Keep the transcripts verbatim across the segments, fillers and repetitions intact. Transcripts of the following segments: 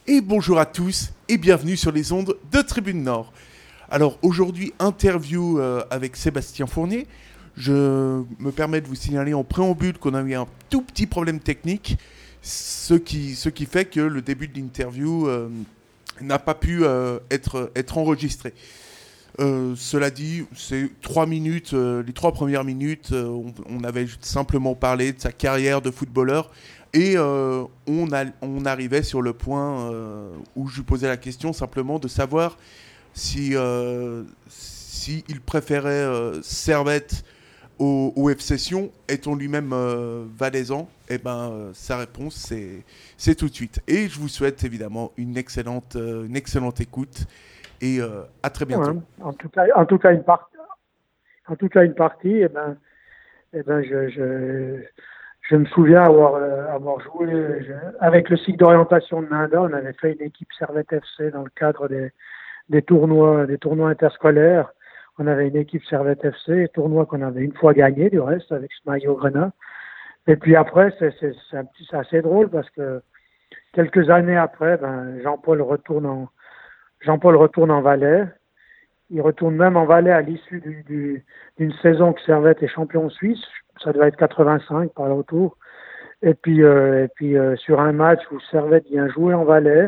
Et bonjour à tous et bienvenue sur les ondes de Tribune Nord. Alors aujourd'hui, interview euh, avec Sébastien Fournier. Je me permets de vous signaler en préambule qu'on a eu un tout petit problème technique, ce qui, ce qui fait que le début de l'interview euh, n'a pas pu euh, être, être enregistré. Euh, cela dit, c'est trois minutes, euh, les trois premières minutes, euh, on, on avait simplement parlé de sa carrière de footballeur et euh, on, a, on arrivait sur le point euh, où je lui posais la question simplement de savoir si, euh, si il préférait euh, Servette au, au F C Sion, étant lui-même euh, valaisan. Et ben euh, sa réponse c'est, c'est tout de suite. Et je vous souhaite évidemment une excellente, euh, une excellente écoute. Et euh, à très bientôt. Ouais, en tout cas, en tout cas une partie, en tout cas une partie. Et ben, et ben, je, je, je me souviens avoir, euh, avoir joué je, avec le cycle d'orientation de Nanda. On avait fait une équipe Servette F C dans le cadre des, des tournois, des tournois interscolaires. On avait une équipe Servette F C, tournoi qu'on avait une fois gagné du reste avec ce maillot grenat. Et puis après, c'est, c'est, c'est, un petit, c'est assez drôle parce que quelques années après, ben, Jean-Paul retourne en Jean-Paul retourne en Valais. Il retourne même en Valais à l'issue du, du, d'une saison que Servette est champion suisse. Ça doit être quatre-vingt-cinq par le retour. Et puis, euh, et puis euh, sur un match où Servette vient jouer en Valais,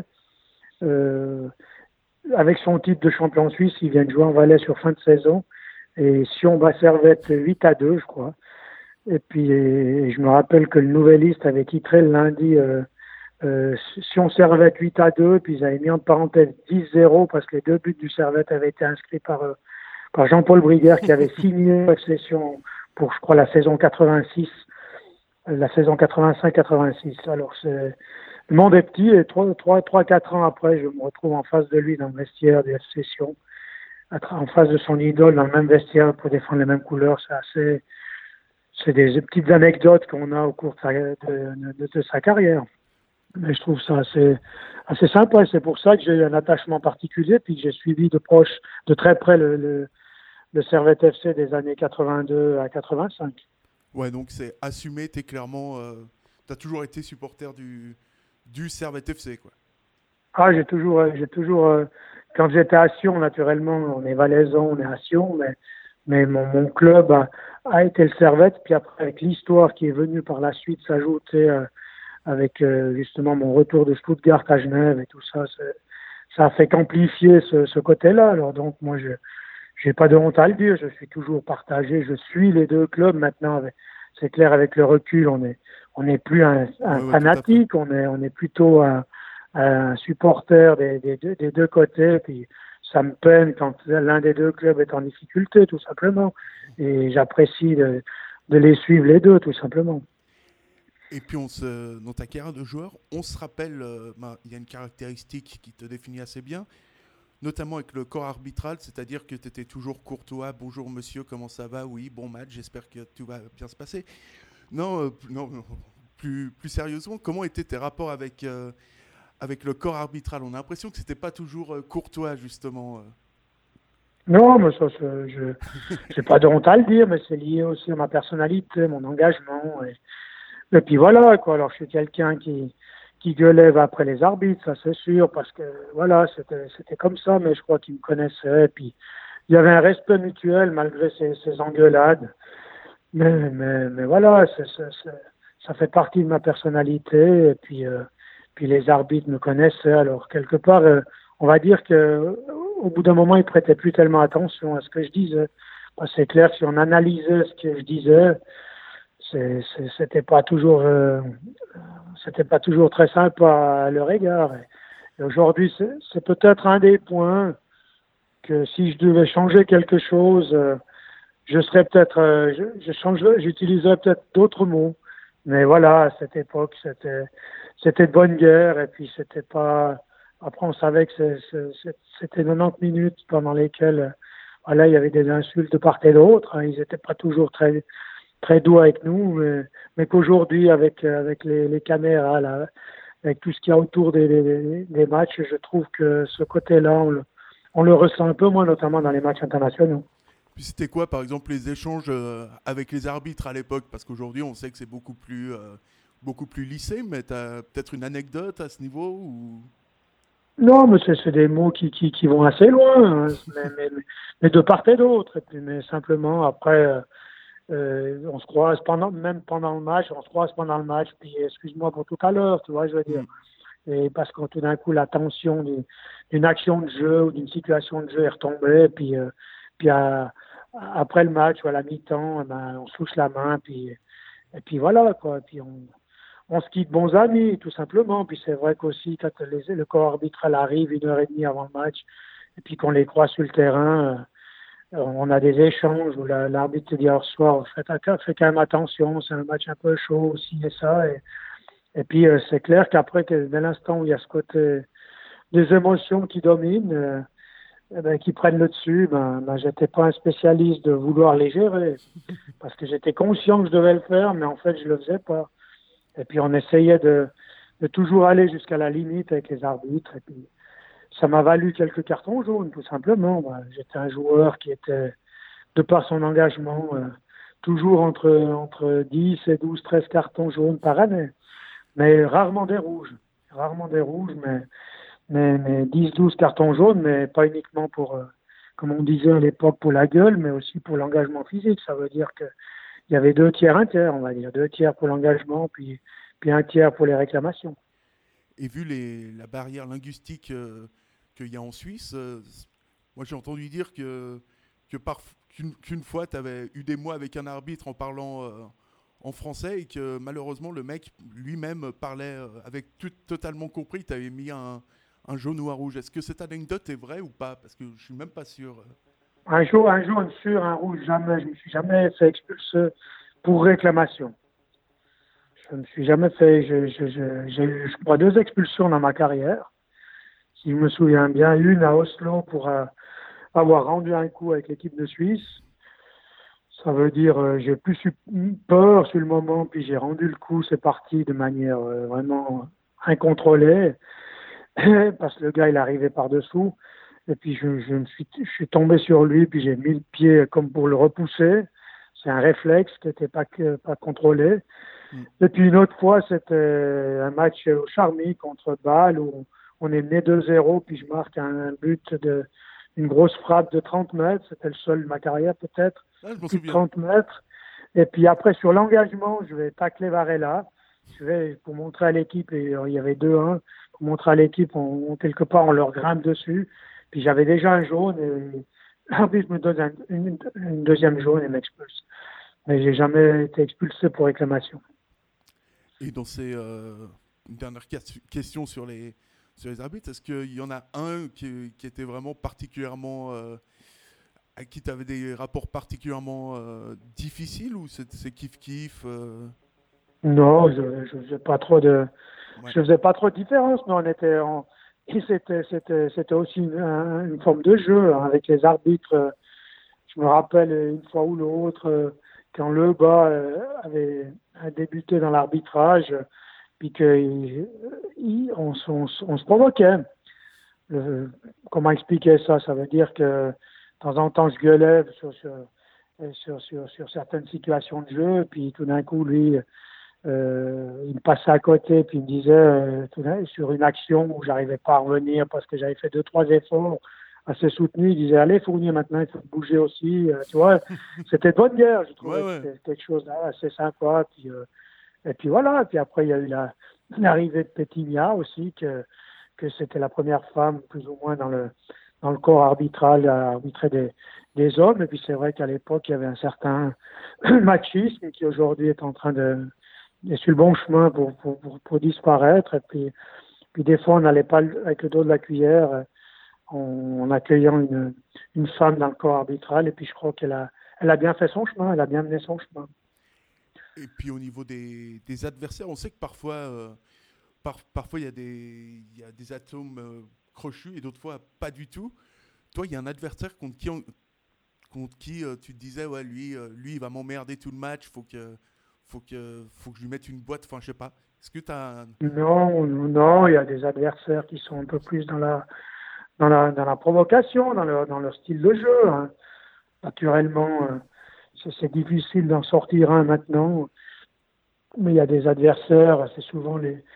euh, avec son titre de champion suisse, il vient de jouer en Valais sur fin de saison. Et Sion bat Servette huit à deux, je crois. Et puis, et, et je me rappelle que le Nouvelliste avait titré le lundi... Euh, Euh, Sion Servette huit à deux, puis ils avaient mis en parenthèse dix zéro parce que les deux buts du Servette avaient été inscrits par, euh, par Jean-Paul Briguère qui avait signé F C Sion pour, je crois, la saison quatre-vingt-six, euh, la saison quatre-vingt-cinq quatre-vingt-six. Alors, c'est, le monde est petit et trois quatre ans après, je me retrouve en face de lui dans le vestiaire du F C Sion, en face de son idole dans le même vestiaire pour défendre les mêmes couleurs. C'est assez, c'est des petites anecdotes qu'on a au cours de sa, de, de, de sa carrière. Mais je trouve ça assez, assez sympa et c'est pour ça que j'ai eu un attachement particulier puis que j'ai suivi de proche, de très près le, le, le Servette F C des années quatre-vingt-deux à quatre-vingt-cinq. Ouais, donc c'est assumé, t'es clairement, euh, t'as toujours été supporter du, du Servette F C, quoi. Ah, j'ai toujours, j'ai toujours, euh, quand j'étais à Sion, naturellement, on est valaisan, on est à Sion, mais, mais mon, mon club a, a été le Servette, puis après, avec l'histoire qui est venue par la suite s'ajouter, euh, avec euh, justement mon retour de Stuttgart à Genève et tout ça, ça a fait qu'amplifier ce, ce côté-là. Alors donc moi, je j'ai pas de honte à le dire, je suis toujours partagé, je suis les deux clubs maintenant. C'est clair, avec le recul, on est on n'est plus un, un ouais, ouais, fanatique, on est on est plutôt un, un supporter des, des, deux, des deux côtés. Puis ça me peine quand l'un des deux clubs est en difficulté, tout simplement. Et j'apprécie de, de les suivre les deux, tout simplement. Et puis, on se, dans ta carrière de joueur, on se rappelle, euh, bah, y a une caractéristique qui te définit assez bien, notamment avec le corps arbitral, c'est-à-dire que tu étais toujours courtois. Bonjour monsieur, comment ça va? Oui, bon match, j'espère que tout va bien se passer. Non, euh, non, non, plus, plus sérieusement, comment étaient tes rapports avec, euh, avec le corps arbitral? On a l'impression que c'était pas toujours euh, courtois, justement. Euh. Non, mais ça, c'est, je j'ai pas de honte à le dire, mais c'est lié aussi à ma personnalité, mon engagement. Et, et puis voilà, quoi. Alors, je suis quelqu'un qui, qui gueulait après les arbitres, ça c'est sûr, parce que voilà, c'était, c'était comme ça, mais je crois qu'ils me connaissaient. Et puis, il y avait un respect mutuel malgré ces, ces engueulades. Mais, mais, mais voilà, c'est, c'est, c'est, ça fait partie de ma personnalité. Et puis, euh, puis les arbitres me connaissaient. Alors, quelque part, euh, on va dire que au bout d'un moment, ils prêtaient plus tellement attention à ce que je disais. Parce que c'est clair que si on analysait ce que je disais, c'est, c'est, c'était pas toujours, euh, c'était pas toujours très sympa à leur égard. Et aujourd'hui, c'est, c'est peut-être un des points que si je devais changer quelque chose, euh, je serais peut-être, euh, je, je changerais, j'utiliserais peut-être d'autres mots. Mais voilà, à cette époque, c'était, c'était de bonne guerre et puis c'était pas. Après, on savait que c'est, c'est, c'était quatre-vingt-dix minutes pendant lesquelles, voilà, il y avait des insultes de part et d'autre. Hein, ils n'étaient pas toujours très, très doux avec nous, mais, mais qu'aujourd'hui, avec, avec les, les caméras, là, avec tout ce qu'il y a autour des, des, des matchs, je trouve que ce côté-là, on le, on le ressent un peu moins, notamment dans les matchs internationaux. Puis c'était quoi, par exemple, les échanges euh, avec les arbitres à l'époque? Parce qu'aujourd'hui, on sait que c'est beaucoup plus, euh, beaucoup plus lissé, mais tu as peut-être une anecdote à ce niveau ou... Non, mais c'est, c'est des mots qui, qui, qui vont assez loin, hein, mais, mais, mais de part et d'autre. Et puis, mais simplement, après, euh, euh, on se croise pendant, même pendant le match, on se croise pendant le match, puis excuse-moi pour tout à l'heure, tu vois, je veux dire. Mm. Et parce que tout d'un coup, la tension d'une, d'une action de jeu ou d'une situation de jeu est retombée, puis, euh, puis à, après le match ou à la mi-temps, eh ben, on se touche la main, puis, et puis voilà, quoi. Puis on, on se quitte bons amis, tout simplement. Puis c'est vrai qu'aussi, quand les, le corps arbitral arrive une heure et demie avant le match, et puis qu'on les croise sur le terrain, euh, on a des échanges où la, l'arbitre te dit alors soir, faites, faites quand même attention, c'est un match un peu chaud aussi et ça. Et, et puis euh, c'est clair qu'après, que, dès l'instant où il y a ce côté des émotions qui dominent, euh, eh ben, qui prennent le dessus, ben, ben j'étais pas un spécialiste de vouloir les gérer, parce que j'étais conscient que je devais le faire, mais en fait je le faisais pas. Et puis on essayait de, de toujours aller jusqu'à la limite avec les arbitres. Et puis ça m'a valu quelques cartons jaunes, tout simplement. Ben, j'étais un joueur qui était, de par son engagement, euh, toujours entre, entre dix et douze, treize cartons jaunes par année. Mais rarement des rouges. Rarement des rouges, mais, mais, mais dix, douze cartons jaunes, mais pas uniquement pour, euh, comme on disait à l'époque, pour la gueule, mais aussi pour l'engagement physique. Ça veut dire que il y avait deux tiers, un tiers, on va dire. Deux tiers pour l'engagement, puis, puis un tiers pour les réclamations. Et vu les, la barrière linguistique euh, qu'il y a en Suisse, euh, moi j'ai entendu dire que, que par, qu'une, qu'une fois tu avais eu des mots avec un arbitre en parlant euh, en français et que malheureusement le mec lui-même parlait euh, avec tout totalement compris, tu avais mis un, un jaune ou un rouge. Est-ce que cette anecdote est vraie ou pas? Parce que je suis même pas sûr. Un jour, un jaune sur un rouge, jamais. Je me suis jamais fait expulser pour réclamation. Je me suis jamais fait. Je, je, je, j'ai eu, je crois, deux expulsions dans ma carrière. Si je me souviens bien, une à Oslo pour euh, avoir rendu un coup avec l'équipe de Suisse. Ça veut dire euh, j'ai plus eu peur sur le moment, puis j'ai rendu le coup. C'est parti de manière euh, vraiment incontrôlée, parce que le gars il arrivait par dessous. Et puis je, je me suis, je suis tombé sur lui, puis j'ai mis le pied comme pour le repousser. C'est un réflexe qui n'était pas pas contrôlé. Mm. Et puis une autre fois, c'était un match au Charmy contre Bâle où on est mené deux zéro, puis je marque un but de une grosse frappe de trente mètres. C'était le seul de ma carrière peut-être, ah, plus de trente mètres. Et puis après sur l'engagement, je vais tacler Varela. Je vais pour montrer à l'équipe, et il y avait deux un, pour montrer à l'équipe, on, on, quelque part on leur grimpe dessus. Puis j'avais déjà un jaune et l'arbitre me donne un, une, une deuxième jaune et m'expulse. Mais j'ai jamais été expulsé pour réclamation. Et dans ces euh, une dernière question sur les sur les arbitres, est-ce qu'il y en a un qui, qui était vraiment particulièrement euh, à qui tu avais des rapports particulièrement euh, difficiles ou c'est, c'est kiff kiff euh... Non, je je faisais pas trop de ouais. je faisais pas trop de différence, mais on était en Et c'était, c'était, c'était aussi une, une forme de jeu hein, avec les arbitres. Je me rappelle une fois ou l'autre, quand le gars avait débuté dans l'arbitrage, puis qu'on on, on, on se provoquait. Le, comment expliquer ça? Ça veut dire que de temps en temps, je gueulais sur, sur, sur, sur, sur certaines situations de jeu, puis tout d'un coup, lui... Euh, il me passait à côté puis il me disait euh, sur une action où j'arrivais pas à revenir parce que j'avais fait deux trois efforts assez soutenus, il disait allez Fournier maintenant il faut bouger aussi, euh, tu vois. C'était de bonne guerre, je trouvais. Ouais, ouais. C'était quelque chose d'assez sympa puis, euh, et puis voilà, puis après il y a eu la, l'arrivée de Pétinia aussi que, que c'était la première femme plus ou moins dans le, dans le corps arbitral à arbitrer des, des hommes, et puis c'est vrai qu'à l'époque il y avait un certain machisme qui aujourd'hui est en train de est sur le bon chemin pour, pour, pour, pour disparaître. Et puis, puis des fois, on n'allait pas avec le dos de la cuillère en, en accueillant une, une femme dans le corps arbitral. Et puis je crois qu'elle a, elle a bien fait son chemin, elle a bien mené son chemin. Et puis au niveau des, des adversaires, on sait que parfois, euh, par, parfois il y a des, il y a des atomes euh, crochus et d'autres fois pas du tout. Toi, il y a un adversaire contre qui, on, contre qui euh, tu te disais, ouais, lui, euh, lui, il va m'emmerder tout le match, faut que... Faut que, faut que je lui mette une boîte, enfin je sais pas. Est-ce que tu as... Un... Non, non, il y a des adversaires qui sont un peu plus dans la, dans la, dans la provocation, dans leur, dans leur style de jeu. Hein. Naturellement, euh, c'est, c'est difficile d'en sortir un maintenant, mais il y a des adversaires, c'est souvent les,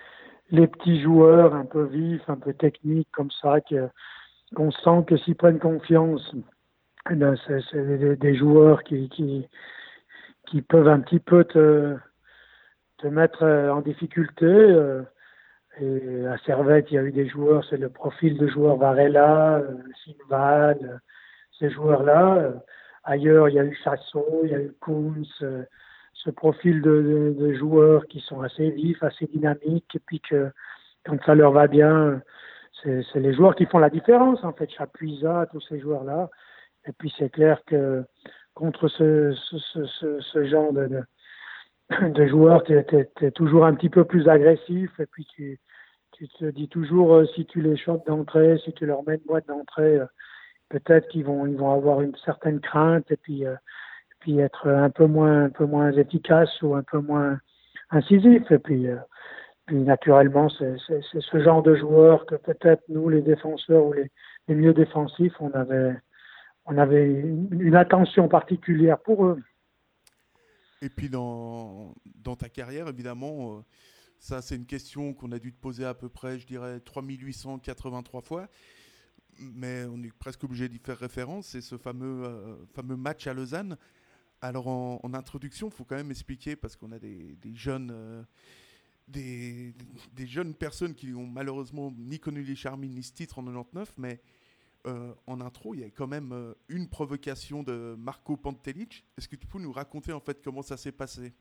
les petits joueurs un peu vifs, un peu techniques comme ça, que, qu'on sent que s'ils prennent confiance, eh ben, c'est, c'est des, des joueurs qui, qui, qui peuvent un petit peu te, te mettre en difficulté. Euh, et à Servette, il y a eu des joueurs, c'est le profil de joueurs Varela, euh, Silval, euh, ces joueurs-là. Euh, ailleurs, il y a eu Chassot, il y a eu Kunz, euh, ce profil de, de, de joueurs qui sont assez vifs, assez dynamiques, et puis que quand ça leur va bien, c'est, c'est les joueurs qui font la différence, en fait, Chapuisat, tous ces joueurs-là. Et puis c'est clair que contre ce, ce, ce, ce, ce genre de, de, de joueurs, tu es toujours un petit peu plus agressif, et puis tu, tu te dis toujours, euh, si tu les choques d'entrée, si tu leur mets une boîte d'entrée, euh, peut-être qu'ils vont, ils vont avoir une certaine crainte, et puis, euh, et puis être un peu moins, un peu moins efficace ou un peu moins incisif. Et puis, euh, puis naturellement, c'est, c'est, c'est ce genre de joueurs que peut-être nous, les défenseurs ou les, les milieux défensifs, on avait, on avait une, une attention particulière pour eux. Et puis dans, dans ta carrière, évidemment, euh, ça c'est une question qu'on a dû te poser à peu près, je dirais, trois mille huit cent quatre-vingt-trois fois, mais on est presque obligé d'y faire référence, c'est ce fameux, euh, fameux match à Lausanne. Alors en, en introduction, il faut quand même expliquer, parce qu'on a des, des jeunes... Euh, Des, des jeunes personnes qui ont malheureusement ni connu les Charmilles ni ce titre en quatre-vingt-dix-neuf, mais euh, en intro, il y a quand même euh, une provocation de Marko Pantelic. Est-ce que tu peux nous raconter en fait comment ça s'est passé?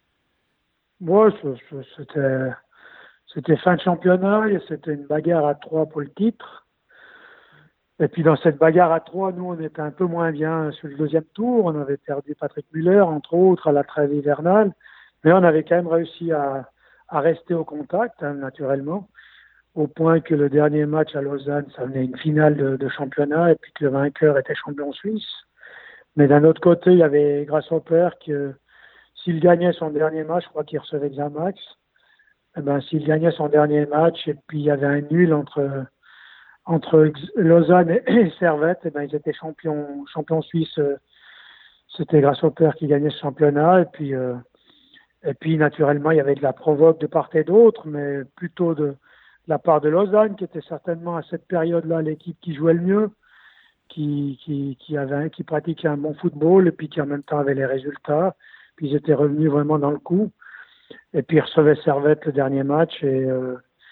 Moi, c'était, c'était fin de championnat, et c'était une bagarre à trois pour le titre. Et puis dans cette bagarre à trois, nous, on était un peu moins bien sur le deuxième tour. On avait perdu Patrick Muller, entre autres, à la trêve hivernale, mais on avait quand même réussi à à rester au contact, hein, naturellement, au point que le dernier match à Lausanne, ça venait une finale de, de championnat, et puis que le vainqueur était champion suisse. Mais d'un autre côté, il y avait Grasshopper que s'il gagnait son dernier match, je crois qu'il recevait Xamax, eh ben, s'il gagnait son dernier match, et puis il y avait un nul entre, entre Lausanne et, et Servette, eh ben, ils étaient champions, champions suisses. C'était Grasshopper qui gagnait ce championnat, et puis... Euh, Et puis, naturellement, il y avait de la provoque de part et d'autre, mais plutôt de, de la part de Lausanne, qui était certainement à cette période-là l'équipe qui jouait le mieux, qui, qui, qui, avait, qui pratiquait un bon football, et puis qui en même temps avait les résultats. Puis ils étaient revenus vraiment dans le coup. Et puis ils recevaient Servette le dernier match. Et, euh,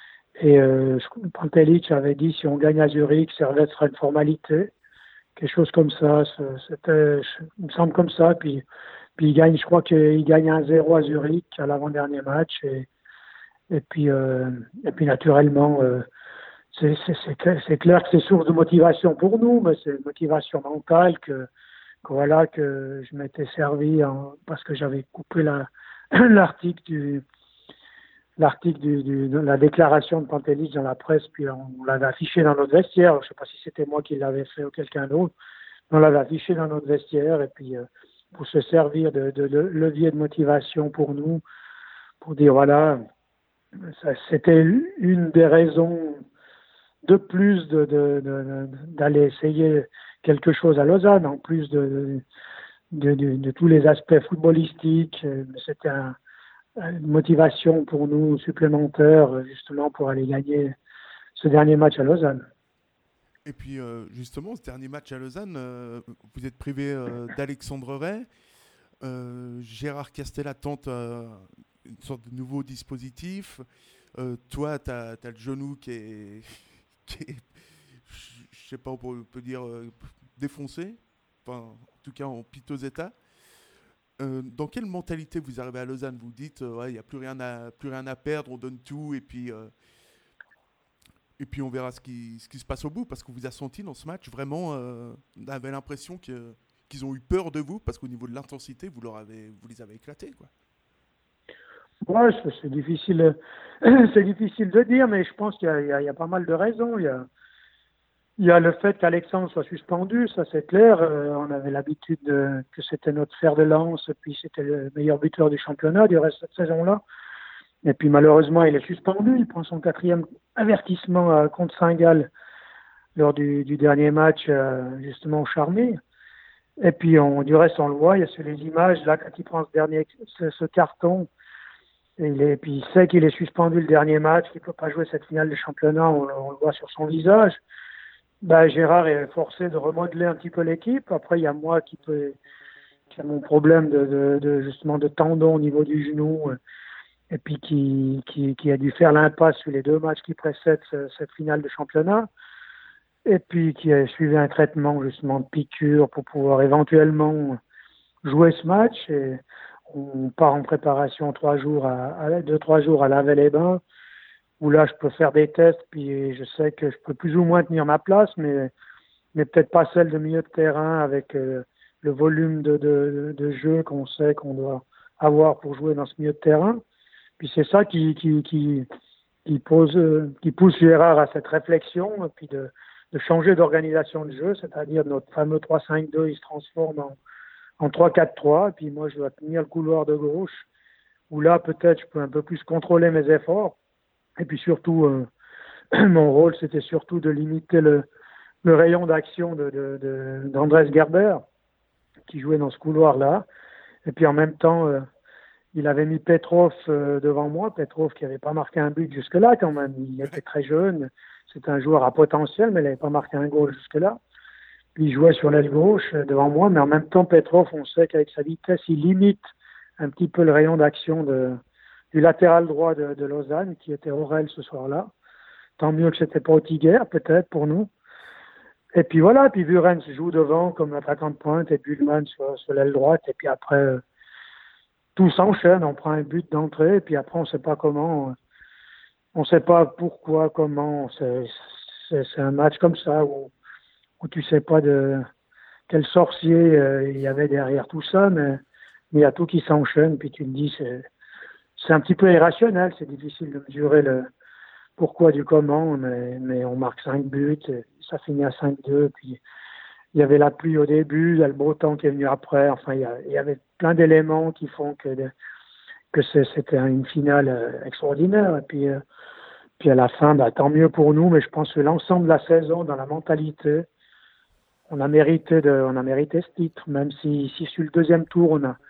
et euh, Pantelic avait dit, si on gagne à Zurich, Servette sera une formalité. Quelque chose comme ça. C'était, il me semble comme ça. Puis... Puis il gagne, je crois qu'il gagne un zéro à Zurich à l'avant-dernier match. Et, et, puis, euh, et puis naturellement, euh, c'est, c'est, c'est, clair, c'est clair que c'est source de motivation pour nous, mais c'est une motivation mentale que, que, voilà, que je m'étais servi en, parce que j'avais coupé la, l'article, du, l'article du, du, de la déclaration de Pantelic dans la presse, puis on, on l'avait affiché dans notre vestiaire. Je ne sais pas si c'était moi qui l'avais fait ou quelqu'un d'autre. On l'avait affiché dans notre vestiaire et puis... Euh, pour se servir de, de, de levier de motivation pour nous, pour dire voilà, ça, c'était une des raisons de plus de, de, de, d'aller essayer quelque chose à Lausanne, en plus de, de, de, de tous les aspects footballistiques. C'était un, une motivation pour nous supplémentaire, justement, pour aller gagner ce dernier match à Lausanne. Et puis, euh, justement, ce dernier match à Lausanne, euh, vous êtes privé euh, d'Alexandre Ray. Euh, Gérard Castella tente euh, une sorte de nouveau dispositif. Euh, toi, tu as le genou qui est, qui est je ne sais pas, on peut, peut dire euh, défoncé. Enfin, en tout cas, en piteux état. Euh, dans quelle mentalité vous arrivez à Lausanne? Vous dites, il euh, n'y ouais, a plus rien, à, plus rien à perdre, on donne tout, et puis... Euh, Et puis on verra ce qui, ce qui se passe au bout, parce qu'on vous a senti dans ce match, vraiment, euh, on avait l'impression que, qu'ils ont eu peur de vous, parce qu'au niveau de l'intensité, vous, leur avez, vous les avez éclatés, quoi. Ouais, c'est difficile, c'est difficile de dire, mais je pense qu'il y a, il y a, il y a pas mal de raisons. Il y a, il y a le fait qu'Alexandre soit suspendu, ça c'est clair. Euh, on avait l'habitude de, que c'était notre fer de lance, et puis c'était le meilleur buteur du championnat du reste de cette saison-là. Et puis malheureusement, il est suspendu. Il prend son quatrième avertissement euh, contre Saint-Gall lors du, du dernier match, euh, justement au Charmé. Et puis on, du reste, on le voit, il y a sur les images, là, quand il prend ce dernier ce, ce carton, Et il est, puis il sait qu'il est suspendu le dernier match, qu'il ne peut pas jouer cette finale de championnat, on, on le voit sur son visage. Ben, Gérard est forcé de remodeler un petit peu l'équipe. Après, il y a moi qui peut, qui a mon problème de, de, de justement de tendon au niveau du genou, et puis qui, qui, qui a dû faire l'impasse sur les deux matchs qui précèdent ce, cette finale de championnat, et puis qui a suivi un traitement justement de piqûre pour pouvoir éventuellement jouer ce match. Et on part en préparation trois jours à, à deux trois jours à Lavelle-les-Bains, où là je peux faire des tests, puis je sais que je peux plus ou moins tenir ma place, mais mais peut-être pas celle de milieu de terrain avec euh, le volume de, de, de jeu qu'on sait qu'on doit avoir pour jouer dans ce milieu de terrain. Puis c'est ça qui qui qui qui pose euh, qui pousse Gérard à cette réflexion, et puis de de changer d'organisation de jeu, c'est-à-dire notre fameux trois cinq deux, il se transforme en en trois quatre trois, et puis moi je dois tenir le couloir de gauche, où là peut-être je peux un peu plus contrôler mes efforts, et puis surtout euh, mon rôle c'était surtout de limiter le, le rayon d'action de, de, de, d'Andrés Gerber, qui jouait dans ce couloir-là, et puis en même temps euh, il avait mis Petrov euh, devant moi, Petrov qui n'avait pas marqué un but jusque-là quand même, il était très jeune, c'est un joueur à potentiel, mais il n'avait pas marqué un goal jusque-là. Il jouait sur l'aile gauche devant moi, mais en même temps, Petrov, on sait qu'avec sa vitesse, il limite un petit peu le rayon d'action de, du latéral droit de, de Lausanne, qui était Aurel ce soir-là. Tant mieux que c'était pas Ottiguer, peut-être, pour nous. Et puis voilà, puis Burens joue devant comme attaquant de pointe, et Bullman sur, sur l'aile droite, et puis après, euh, tout s'enchaîne, on prend un but d'entrée, et puis après, on sait pas comment, on sait pas pourquoi, comment, c'est, c'est, c'est un match comme ça, où où tu sais pas de quel sorcier euh, il y avait derrière tout ça, mais il y a tout qui s'enchaîne, puis tu te dis c'est c'est un petit peu irrationnel, c'est difficile de mesurer le pourquoi du comment, mais, mais on marque cinq buts, ça finit à cinq deux, puis il y avait la pluie au début, il y a le beau temps qui est venu après, enfin il y, a, il y avait plein d'éléments qui font que de, que c'est, c'était une finale euh, extraordinaire, et puis euh, puis à la fin, bah, tant mieux pour nous, mais je pense que l'ensemble de la saison, dans la mentalité, on a mérité de, on a mérité ce titre, même si, si sur le deuxième tour, on a,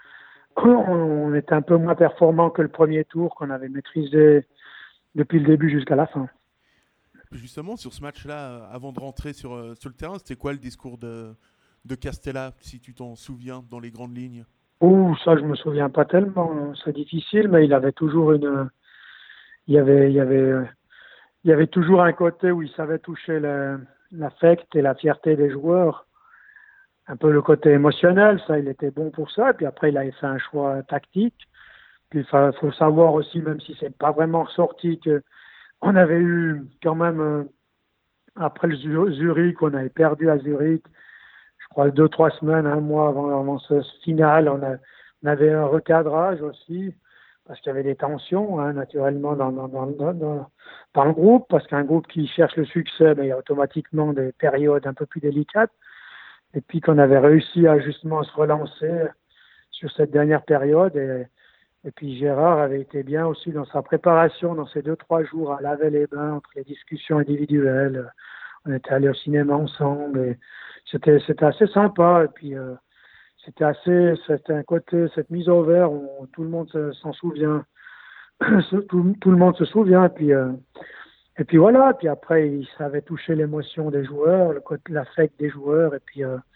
on était un peu moins performant que le premier tour qu'on avait maîtrisé depuis le début jusqu'à la fin. Justement, sur ce match-là, avant de rentrer sur, euh, sur le terrain, c'était quoi le discours de, de Castella, si tu t'en souviens, dans les grandes lignes? Ouh, ça, je me souviens pas tellement. C'est difficile, mais il avait toujours une, il y avait, il y avait, il y avait toujours un côté où il savait toucher le, l'affect et la fierté des joueurs, un peu le côté émotionnel, ça, il était bon pour ça. Et puis après, il avait fait un choix tactique. Puis il faut, faut savoir aussi, même si c'est pas vraiment ressorti, que on avait eu quand même euh, après le Zurich, on avait perdu à Zurich, je crois deux trois semaines, un mois avant, avant ce final, on, a, on avait un recadrage aussi, parce qu'il y avait des tensions, hein, naturellement, dans, dans, dans, dans, dans le groupe, parce qu'un groupe qui cherche le succès, ben, il y a automatiquement des périodes un peu plus délicates. Et puis qu'on avait réussi à justement se relancer sur cette dernière période. Et, et puis Gérard avait été bien aussi dans sa préparation, dans ces deux, trois jours à Lavelle-les-Bains, entre les discussions individuelles. On était allés au cinéma ensemble. Et c'était, c'était assez sympa. Et puis... Euh, C'était assez, c'était un côté, cette mise au vert, où tout le monde s'en souvient, tout, tout le monde se souvient, et puis, euh, et puis voilà, puis après, il savait toucher l'émotion des joueurs, le côté, l'affect des joueurs, et puis, euh,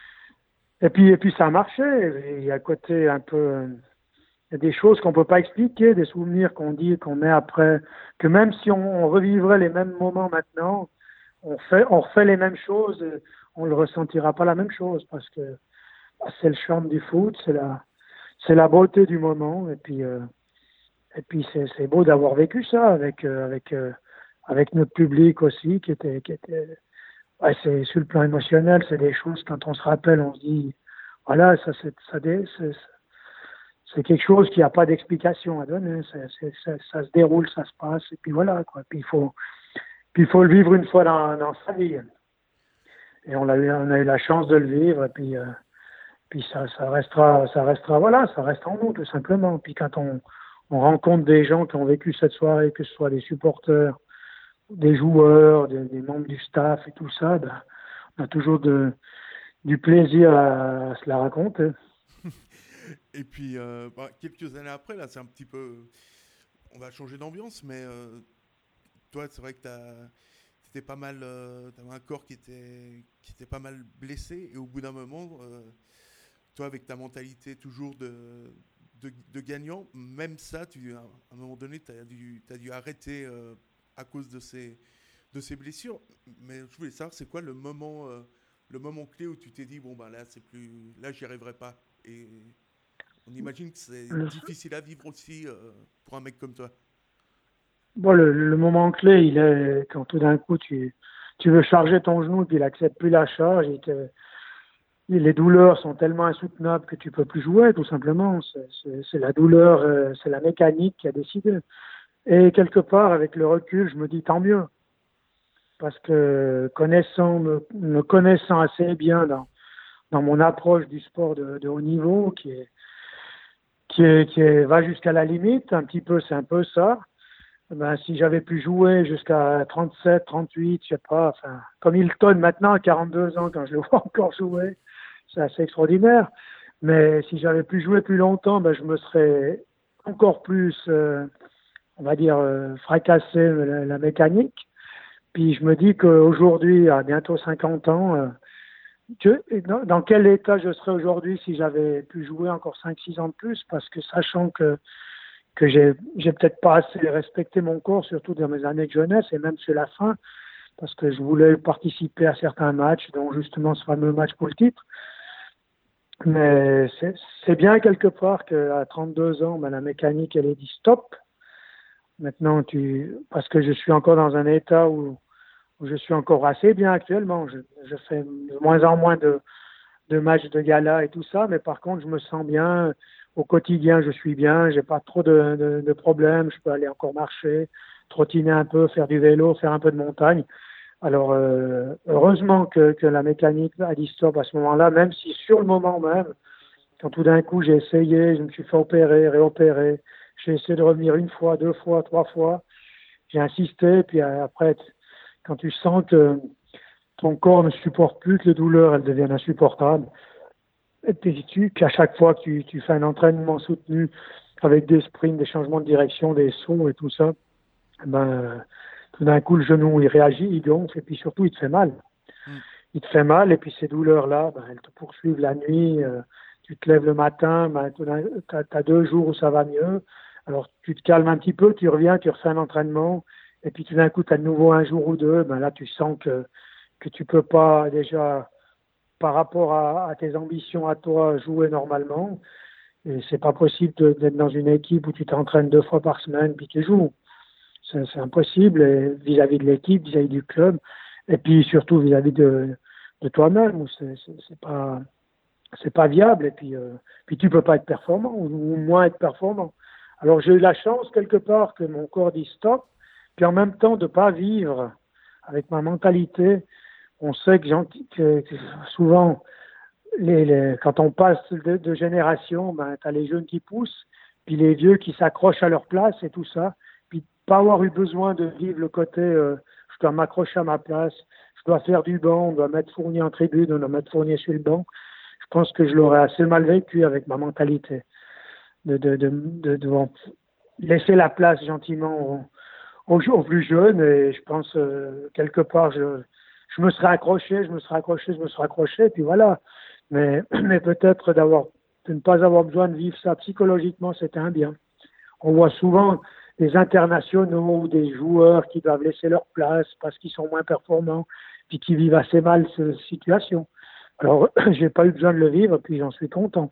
et puis, et puis ça a marché. Et il y a un côté un peu, euh, il y a des choses qu'on peut pas expliquer, des souvenirs qu'on dit, qu'on met après, que même si on, on revivrait les mêmes moments maintenant, on fait, on refait les mêmes choses, on le ressentira pas la même chose, parce que c'est le charme du foot, c'est la, c'est la beauté du moment, et puis, euh, et puis c'est, c'est beau d'avoir vécu ça avec, euh, avec, euh, avec notre public aussi, qui était, qui était, ouais, c'est sur le plan émotionnel, c'est des choses quand on se rappelle, on se dit, voilà, ça, c'est, ça, c'est, c'est quelque chose qui n'a pas d'explication à donner, c'est, c'est, c'est, ça se déroule, ça se passe, et puis voilà, quoi. Puis il faut, puis il faut le vivre une fois dans, dans sa vie, et on a eu, on a eu la chance de le vivre, et puis. Euh, Puis ça, ça restera, ça restera, voilà, ça reste en nous tout simplement. Puis quand on, on rencontre des gens qui ont vécu cette soirée, que ce soit des supporters, des joueurs, des, des membres du staff et tout ça, ben, on a toujours de, du plaisir à, à se la raconter. Et puis, euh, bah, quelques années après, là, c'est un petit peu, on va changer d'ambiance, mais euh, toi, c'est vrai que tu étais pas mal, euh, t'avais un corps qui était, qui était pas mal blessé, et au bout d'un moment, euh, toi, avec ta mentalité toujours de, de, de gagnant, même ça, tu, à un moment donné, tu as dû, t'as dû arrêter euh, à cause de ces, de ces blessures. Mais je voulais savoir, c'est quoi le moment, euh, le moment clé où tu t'es dit, bon, ben là, c'est plus, là, j'y arriverai pas. Et on imagine que c'est Le, difficile à vivre aussi euh, pour un mec comme toi. bon, le, le moment clé, il est quand tout d'un coup tu, tu veux charger ton genou et puis il accepte plus la charge. Il te, les douleurs sont tellement insoutenables que tu peux plus jouer, tout simplement. C'est, c'est, c'est la douleur, euh, c'est la mécanique qui a décidé. Et quelque part, avec le recul, je me dis tant mieux. Parce que connaissant, me, me connaissant assez bien dans, dans mon approche du sport de, de haut niveau, qui est, qui est, qui est, va jusqu'à la limite, un petit peu, c'est un peu ça. Ben, si j'avais pu jouer jusqu'à trente-sept, trente-huit, je sais pas, enfin, comme Hilton maintenant, à quarante-deux ans, quand je le vois encore jouer, c'est assez extraordinaire. Mais si j'avais pu jouer plus longtemps, ben, je me serais encore plus, euh, on va dire, euh, fracassé la, la mécanique. Puis je me dis qu'aujourd'hui, à bientôt cinquante ans, euh, que, dans, dans quel état je serais aujourd'hui si j'avais pu jouer encore cinq six ans de plus, parce que sachant que que j'ai j'ai peut-être pas assez respecté mon corps, surtout dans mes années de jeunesse et même sur la fin, parce que je voulais participer à certains matchs, dont justement ce fameux match pour le titre. Mais c'est, c'est bien quelque part qu'à trente-deux ans, ben, la mécanique, elle est dit stop. Maintenant, tu, parce que je suis encore dans un état où, où je suis encore assez bien actuellement. Je, je fais de moins en moins de, de matchs de gala et tout ça, mais par contre, je me sens bien. Au quotidien, je suis bien, j'ai pas trop de, de, de problèmes, je peux aller encore marcher, trottiner un peu, faire du vélo, faire un peu de montagne. Alors, euh, heureusement que, que la mécanique a dit stop à ce moment-là, même si sur le moment même, quand tout d'un coup j'ai essayé, je me suis fait opérer, réopérer, j'ai essayé de revenir une fois, deux fois, trois fois, j'ai insisté, puis après, quand tu sens que ton corps ne supporte plus, que les douleurs elles deviennent insupportables, et puis tu, qu'à chaque fois que tu, tu fais un entraînement soutenu avec des sprints, des changements de direction, des sauts et tout ça, ben, tout d'un coup, le genou, il réagit, il gonfle, et puis surtout, il te fait mal. Mm. Il te fait mal, et puis ces douleurs-là, ben, elles te poursuivent la nuit, euh, tu te lèves le matin, ben, tu as deux jours où ça va mieux, alors tu te calmes un petit peu, tu reviens, tu refais un entraînement, et puis tout d'un coup, tu as de nouveau un jour ou deux, ben là, tu sens que, que tu peux pas déjà, par rapport à, à tes ambitions à toi, jouer normalement, et c'est pas possible de, d'être dans une équipe où tu t'entraînes deux fois par semaine, puis tu joues. C'est, c'est impossible et vis-à-vis de l'équipe, vis-à-vis du club, et puis surtout vis-à-vis de, de toi-même, où c'est, c'est, c'est pas c'est pas viable, et puis euh, puis tu peux pas être performant ou, ou moins être performant. Alors j'ai eu la chance quelque part que mon corps dise stop, puis en même temps de pas vivre avec ma mentalité. On sait que, que, que souvent les, les, quand on passe de, de génération, ben t'as les jeunes qui poussent, puis les vieux qui s'accrochent à leur place et tout ça. Pas avoir eu besoin de vivre le côté euh, je dois m'accrocher à ma place, je dois faire du banc, on doit mettre Fournier en tribune, on doit mettre Fournier sur le banc. Je pense que je l'aurais assez mal vécu avec ma mentalité de, de, de, de, de laisser la place gentiment aux, aux, aux plus jeunes, et je pense euh, quelque part je, je me serais accroché, je me serais accroché, je me serais accroché, et puis voilà. Mais, mais peut-être d'avoir de ne pas avoir besoin de vivre ça psychologiquement, c'était un bien. On voit souvent des internationaux ou des joueurs qui doivent laisser leur place parce qu'ils sont moins performants, puis qui vivent assez mal cette situation. Alors, j'ai pas eu besoin de le vivre, puis j'en suis content.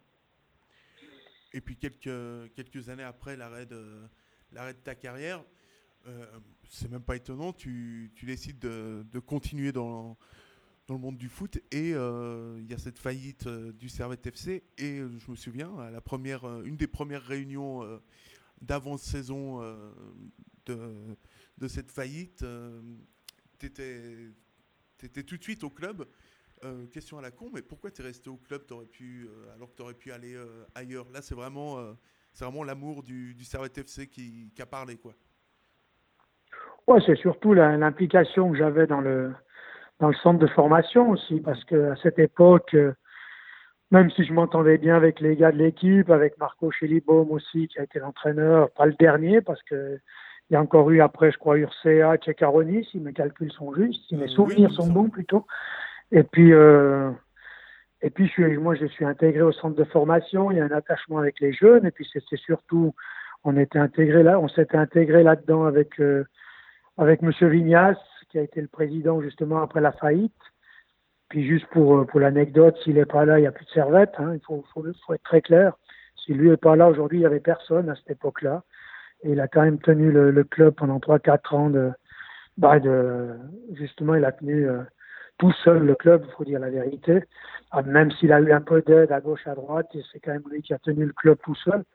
Et puis quelques, quelques années après l'arrêt de, l'arrêt de ta carrière, euh, c'est même pas étonnant, tu, tu décides de, de continuer dans, dans le monde du foot, et il euh, y a cette faillite euh, du Servette F C, et euh, je me souviens, à la première, euh, une des premières réunions euh, d'avant-saison euh, de, de cette faillite, euh, tu étais tout de suite au club. Euh, question à la con, mais pourquoi tu es resté au club t'aurais pu, euh, alors que tu aurais pu aller euh, ailleurs? Là, c'est vraiment, euh, c'est vraiment l'amour du, du Servette F C qui, qui a parlé, quoi. Ouais, c'est surtout la, l'implication que j'avais dans le, dans le centre de formation aussi, parce qu'à cette époque, même si je m'entendais bien avec les gars de l'équipe, avec Marco Schellibaum aussi, qui a été l'entraîneur, pas le dernier, parce que il y a encore eu après, je crois, Urcea, Ceccaroni, si mes calculs sont justes, si mes Euh, souvenirs oui, sont bons plutôt. Et puis, euh, et puis je suis, moi, je suis intégré au centre de formation, il y a un attachement avec les jeunes, et puis c'était surtout, on était intégré là, on s'était intégré là-dedans avec, euh, avec Monsieur Vignas, qui a été le président justement après la faillite. Puis juste pour, pour l'anecdote, s'il n'est pas là, il n'y a plus de Servette. Hein, il faut, faut, faut être très clair. Si lui n'est pas là aujourd'hui, il n'y avait personne à cette époque-là. Et il a quand même tenu le, le club pendant trois quatre ans. De, bah de, justement, il a tenu euh, tout seul le club, il faut dire la vérité. Ah, même s'il a eu un peu d'aide à gauche, à droite, c'est quand même lui qui a tenu le club tout seul.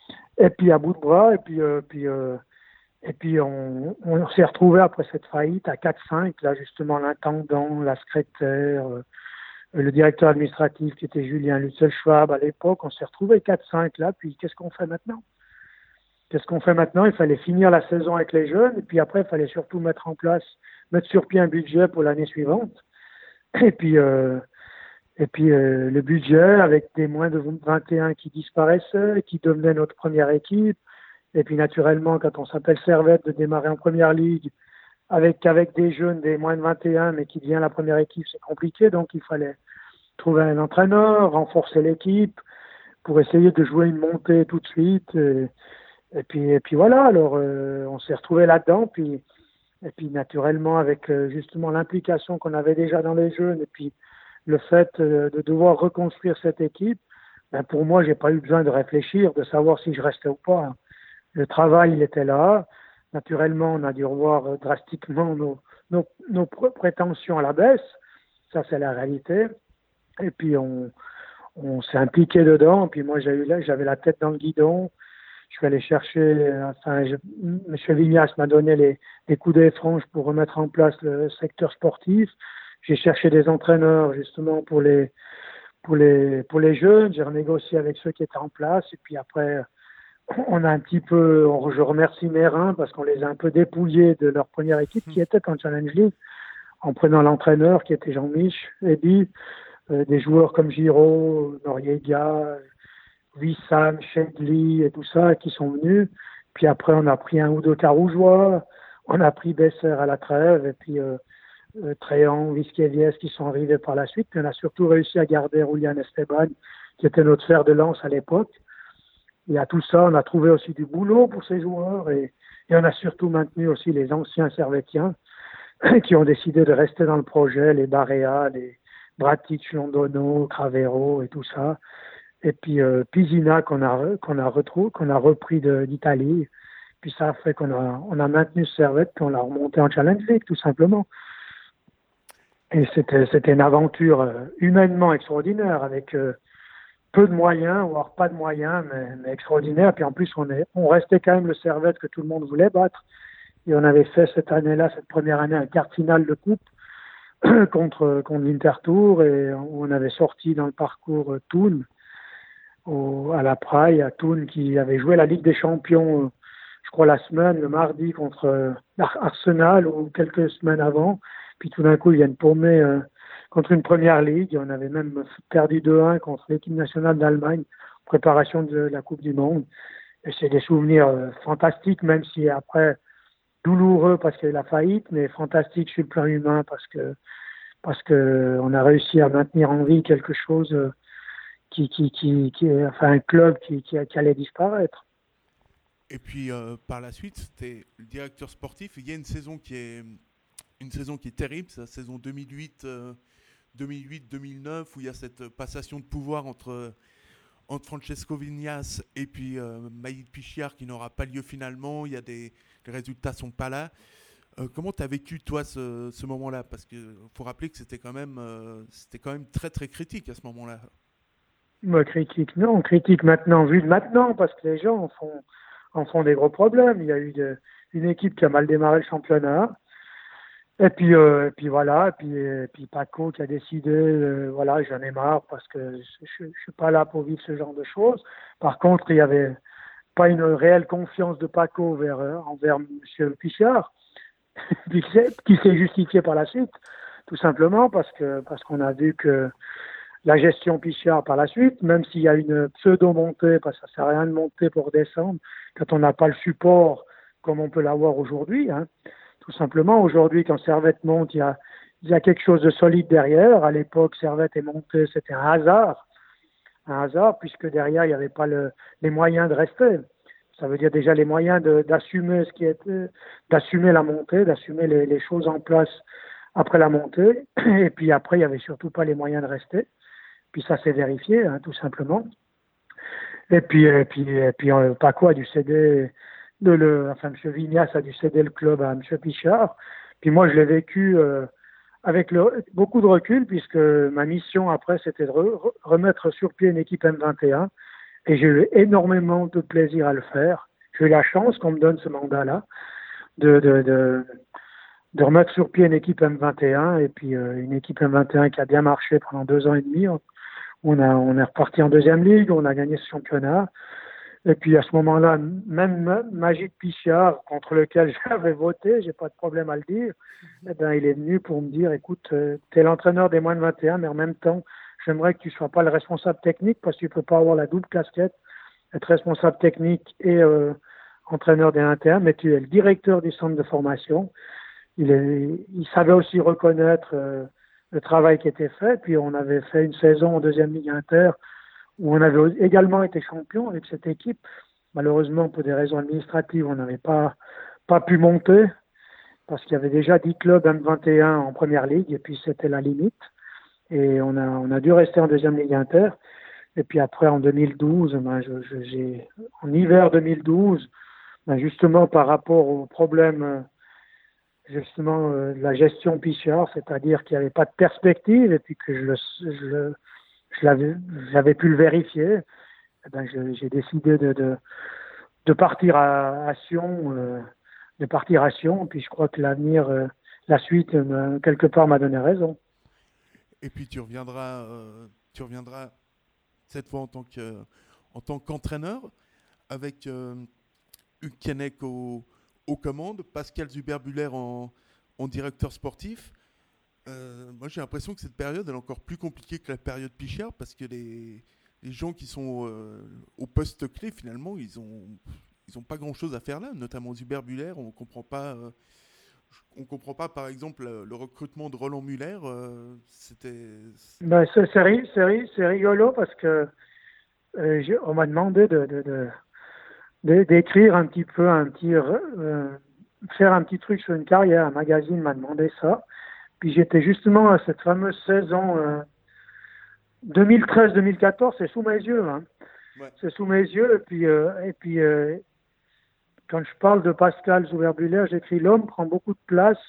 Et puis à bout de bras, et puis... Euh, puis euh, Et puis, on, on s'est retrouvé après cette faillite à quatre cinq, là, justement, l'intendant, la secrétaire, euh, le directeur administratif qui était Julien Lutzel-Schwab à l'époque. On s'est retrouvé quatre cinq, là. Puis, qu'est-ce qu'on fait maintenant? Qu'est-ce qu'on fait maintenant? Il fallait finir la saison avec les jeunes. Et puis après, il fallait surtout mettre en place, mettre sur pied un budget pour l'année suivante. Et puis, euh, et puis euh, le budget avec des moins de vingt et un qui disparaissaient, qui devenaient notre première équipe. Et puis naturellement, quand on s'appelle Servette, de démarrer en première ligue avec avec des jeunes, des moins de vingt et un, mais qui devient la première équipe, c'est compliqué. Donc il fallait trouver un entraîneur, renforcer l'équipe pour essayer de jouer une montée tout de suite. Et, et puis et puis voilà. Alors euh, on s'est retrouvé là-dedans. Puis et puis naturellement avec euh, justement l'implication qu'on avait déjà dans les jeunes et puis le fait euh, de devoir reconstruire cette équipe, ben pour moi, j'ai pas eu besoin de réfléchir, de savoir si je restais ou pas. Le travail, il était là. Naturellement, on a dû revoir drastiquement nos, nos, nos prétentions à la baisse. Ça, c'est la réalité. Et puis, on, on s'est impliqué dedans. Puis moi, j'ai eu là, j'avais la tête dans le guidon. Je suis allé chercher, enfin, je, M. Vignas m'a donné les, les coups des franges pour remettre en place le secteur sportif. J'ai cherché des entraîneurs, justement, pour les, pour les, pour les jeunes. J'ai renégocié avec ceux qui étaient en place. Et puis après, on a un petit peu, on, je remercie Mérin parce qu'on les a un peu dépouillés de leur première équipe qui était en Challenge League en prenant l'entraîneur qui était Jean-Mich, Eddy, euh, des joueurs comme Giraud, Noriega, Wissam, Shedley et tout ça qui sont venus. Puis après, on a pris un ou deux Carougeois, on a pris Besser à la trêve et puis euh, euh, Tréant, Visquevies qui sont arrivés par la suite. Puis on a surtout réussi à garder Julian Esteban qui était notre fer de lance à l'époque. Et à tout ça, on a trouvé aussi du boulot pour ces joueurs et, et on a surtout maintenu aussi les anciens Servettiens qui ont décidé de rester dans le projet, les Barea, les Bratic, Londono, Cravero et tout ça. Et puis euh, Pisina qu'on a qu'on a retrouvé, qu'on a repris de, d'Italie. Puis ça a fait qu'on a on a maintenu ce Servette, qu'on l'a remonté en Challenge League tout simplement. Et c'était c'était une aventure euh, humainement extraordinaire avec euh, peu de moyens, voire pas de moyens, mais, mais extraordinaire. Puis en plus, on, est, on restait quand même le Servette que tout le monde voulait battre. Et on avait fait cette année-là, cette première année, un quart finale de coupe contre, contre l'Intertour. Et on avait sorti dans le parcours euh, Thun, au, à la Praille, à Thun, qui avait joué la Ligue des Champions, euh, je crois, la semaine, le mardi, contre euh, Arsenal, ou quelques semaines avant. Puis tout d'un coup, ils viennent paumer... Euh, contre une première ligue. On avait même perdu deux un contre l'équipe nationale d'Allemagne, préparation de la Coupe du Monde. Et c'est des souvenirs euh, fantastiques, même si après, douloureux parce qu'il y a eu la faillite, mais fantastique sur le plan humain parce que parce que on a réussi à maintenir en vie quelque chose euh, qui, qui, qui, qui, enfin un club qui, qui, qui allait disparaître. Et puis euh, par la suite, c'était le directeur sportif. Il y a une saison qui est une saison qui est terrible, c'est la saison deux mille huit euh, deux mille huit deux mille neuf où il y a cette passation de pouvoir entre, entre Francesco Vignas et puis euh, Maïd Pichiar qui n'aura pas lieu finalement. Il y a des, les résultats ne sont pas là. Euh, comment tu as vécu toi ce, ce moment-là? Parce qu'il faut rappeler que c'était quand, même, euh, c'était quand même très très critique à ce moment-là. Moi, critique, non. Critique maintenant, vu de maintenant, parce que les gens en font, en font des gros problèmes. Il y a eu de, une équipe qui a mal démarré le championnat. Et puis, euh, et puis voilà, et puis, et puis Paco qui a décidé, euh, voilà, j'en ai marre parce que je ne suis pas là pour vivre ce genre de choses. Par contre, il n'y avait pas une réelle confiance de Paco vers, euh, envers M. Pichard, qui s'est justifié par la suite, tout simplement parce que parce qu'on a vu que la gestion Pichard par la suite, même s'il y a une pseudo-montée, parce que ça sert à rien de monter pour descendre quand on n'a pas le support comme on peut l'avoir aujourd'hui. Hein. Tout simplement, aujourd'hui, quand Servette monte, il y a, il y a quelque chose de solide derrière. À l'époque, Servette est montée, c'était un hasard. Un hasard, puisque derrière, il n'y avait pas le, les moyens de rester. Ça veut dire déjà les moyens de, d'assumer ce qui était, d'assumer la montée, d'assumer les, les choses en place après la montée. Et puis après, il n'y avait surtout pas les moyens de rester. Puis ça s'est vérifié, hein, tout simplement. Et puis, et puis, et puis euh, Paco a dû céder, de le, enfin, M. Vignas a dû céder le club à M. Pichard. Puis moi, je l'ai vécu euh, avec le, beaucoup de recul, puisque ma mission après, c'était de re, remettre sur pied une équipe M vingt et un. Et j'ai eu énormément de plaisir à le faire. J'ai eu la chance qu'on me donne ce mandat-là, de, de, de, de remettre sur pied une équipe M vingt et un, et puis euh, une équipe M vingt et un qui a bien marché pendant deux ans et demi. On, a, on est reparti en deuxième ligue, on a gagné ce championnat. Et puis à ce moment-là, même Magic Pichard, contre lequel j'avais voté, j'ai pas de problème à le dire, eh ben, il est venu pour me dire, écoute, euh, tu es l'entraîneur des moins de vingt et un, mais en même temps, j'aimerais que tu sois pas le responsable technique, parce que tu peux pas avoir la double casquette, être responsable technique et euh, entraîneur des vingt et un, mais tu es le directeur du centre de formation. Il, est, il savait aussi reconnaître euh, le travail qui était fait. Puis on avait fait une saison en deuxième ligue inter où on avait également été champion avec cette équipe. Malheureusement, pour des raisons administratives, on n'avait pas, pas pu monter parce qu'il y avait déjà dix clubs M vingt et un en première ligue et puis c'était la limite. Et on a, on a dû rester en deuxième ligue inter. Et puis après, en deux mille douze, ben, je, je, j'ai, en hiver deux mille douze, ben, justement par rapport au problème justement euh, de la gestion Pichard, c'est-à-dire qu'il n'y avait pas de perspective et puis que je, le, je, le, je l'avais, j'avais pu le vérifier, eh ben, je, j'ai décidé de, de, de partir à, à Sion, euh, de partir à Sion. Puis je crois que l'avenir, euh, la suite, euh, quelque part, m'a donné raison. Et puis tu reviendras, euh, tu reviendras cette fois en tant que, en tant qu'entraîneur avec euh, Hugues Keinec au, aux commandes, Pascal Zuber-Buller en, en directeur sportif. Euh, moi, j'ai l'impression que cette période elle est encore plus compliquée que la période Pichard parce que les, les gens qui sont euh, au poste clé, finalement, ils ont, ils ont pas grand-chose à faire là, notamment Zuber-Buller. On comprend pas. Euh, On ne comprend pas, par exemple, le recrutement de Roland Muller. Euh, c'était... Ben, c'est, c'est, c'est, c'est rigolo parce que euh, j'ai, on m'a demandé de, de, de, de, d'écrire un petit peu, un petit, euh, faire un petit truc sur une carrière. Un magazine m'a demandé ça. Puis j'étais justement à cette fameuse saison euh, deux mille treize deux mille quatorze, c'est sous mes yeux. Hein. Ouais. C'est sous mes yeux. Et puis, euh, et puis euh, quand je parle de Pascal Zuber-Buller, j'écris l'homme prend beaucoup de place.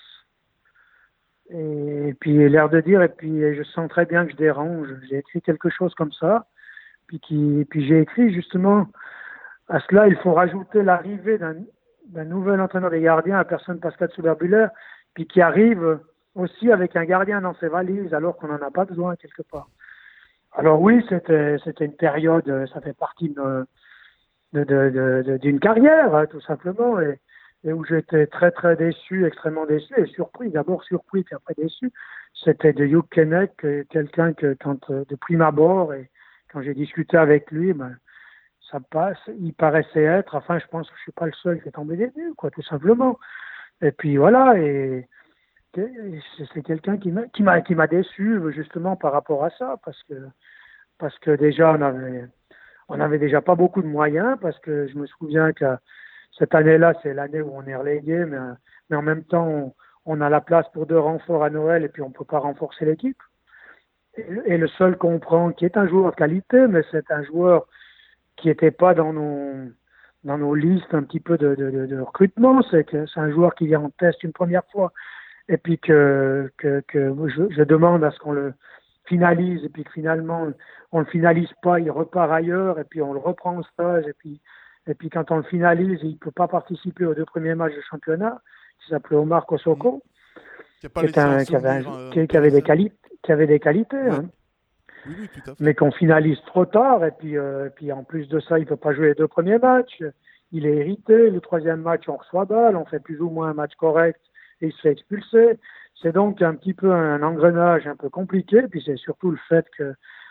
Et, et puis l'air de dire, et puis je sens très bien que je dérange. J'ai écrit quelque chose comme ça. Puis, qui, puis j'ai écrit justement, à cela, il faut rajouter l'arrivée d'un, d'un nouvel entraîneur des gardiens, la personne Pascal Zuber-Buller, puis qui arrive aussi avec un gardien dans ses valises, alors qu'on n'en a pas besoin quelque part. Alors oui, c'était, c'était une période, ça fait partie de, de, de, de, de, d'une carrière, hein, tout simplement, et, et où j'étais très très déçu, extrêmement déçu, et surpris, d'abord surpris, puis après déçu. C'était de Hugues Keinec, quelqu'un que, quand, de prime abord, et quand j'ai discuté avec lui, ben, ça passe, il paraissait être, enfin je pense que je suis pas le seul qui est tombé des nues, quoi, tout simplement. Et puis voilà, et c'est quelqu'un qui m'a, qui m'a, qui m'a déçu justement par rapport à ça, parce que, parce que déjà on avait, on avait déjà pas beaucoup de moyens, parce que je me souviens que cette année-là, c'est l'année où on est relégué, mais, mais en même temps, on, on a la place pour deux renforts à Noël et puis on peut pas renforcer l'équipe. Et, et le seul qu'on prend, qui est un joueur de qualité, mais c'est un joueur qui était pas dans nos, dans nos listes un petit peu de, de, de, de recrutement, c'est que c'est un joueur qui vient en test une première fois, et puis que, que, que je, je demande à ce qu'on le finalise, et puis que finalement, on le finalise pas, il repart ailleurs, et puis on le reprend au stage, et puis, et puis quand on le finalise, il peut pas participer aux deux premiers matchs de championnat, qui s'appelait Omar Kosoko, qui, qui, un, qui, avait, un, euh, qui, qui, avait des quali- qui avait des qualités, ouais. Hein. Oui, oui, tout à fait. Mais qu'on finalise trop tard, et puis, euh, et puis en plus de ça, il peut pas jouer les deux premiers matchs, il est hérité, le troisième match, on reçoit balle, on fait plus ou moins un match correct, et il se fait expulser. C'est donc un petit peu un engrenage un peu compliqué, puis c'est surtout le fait que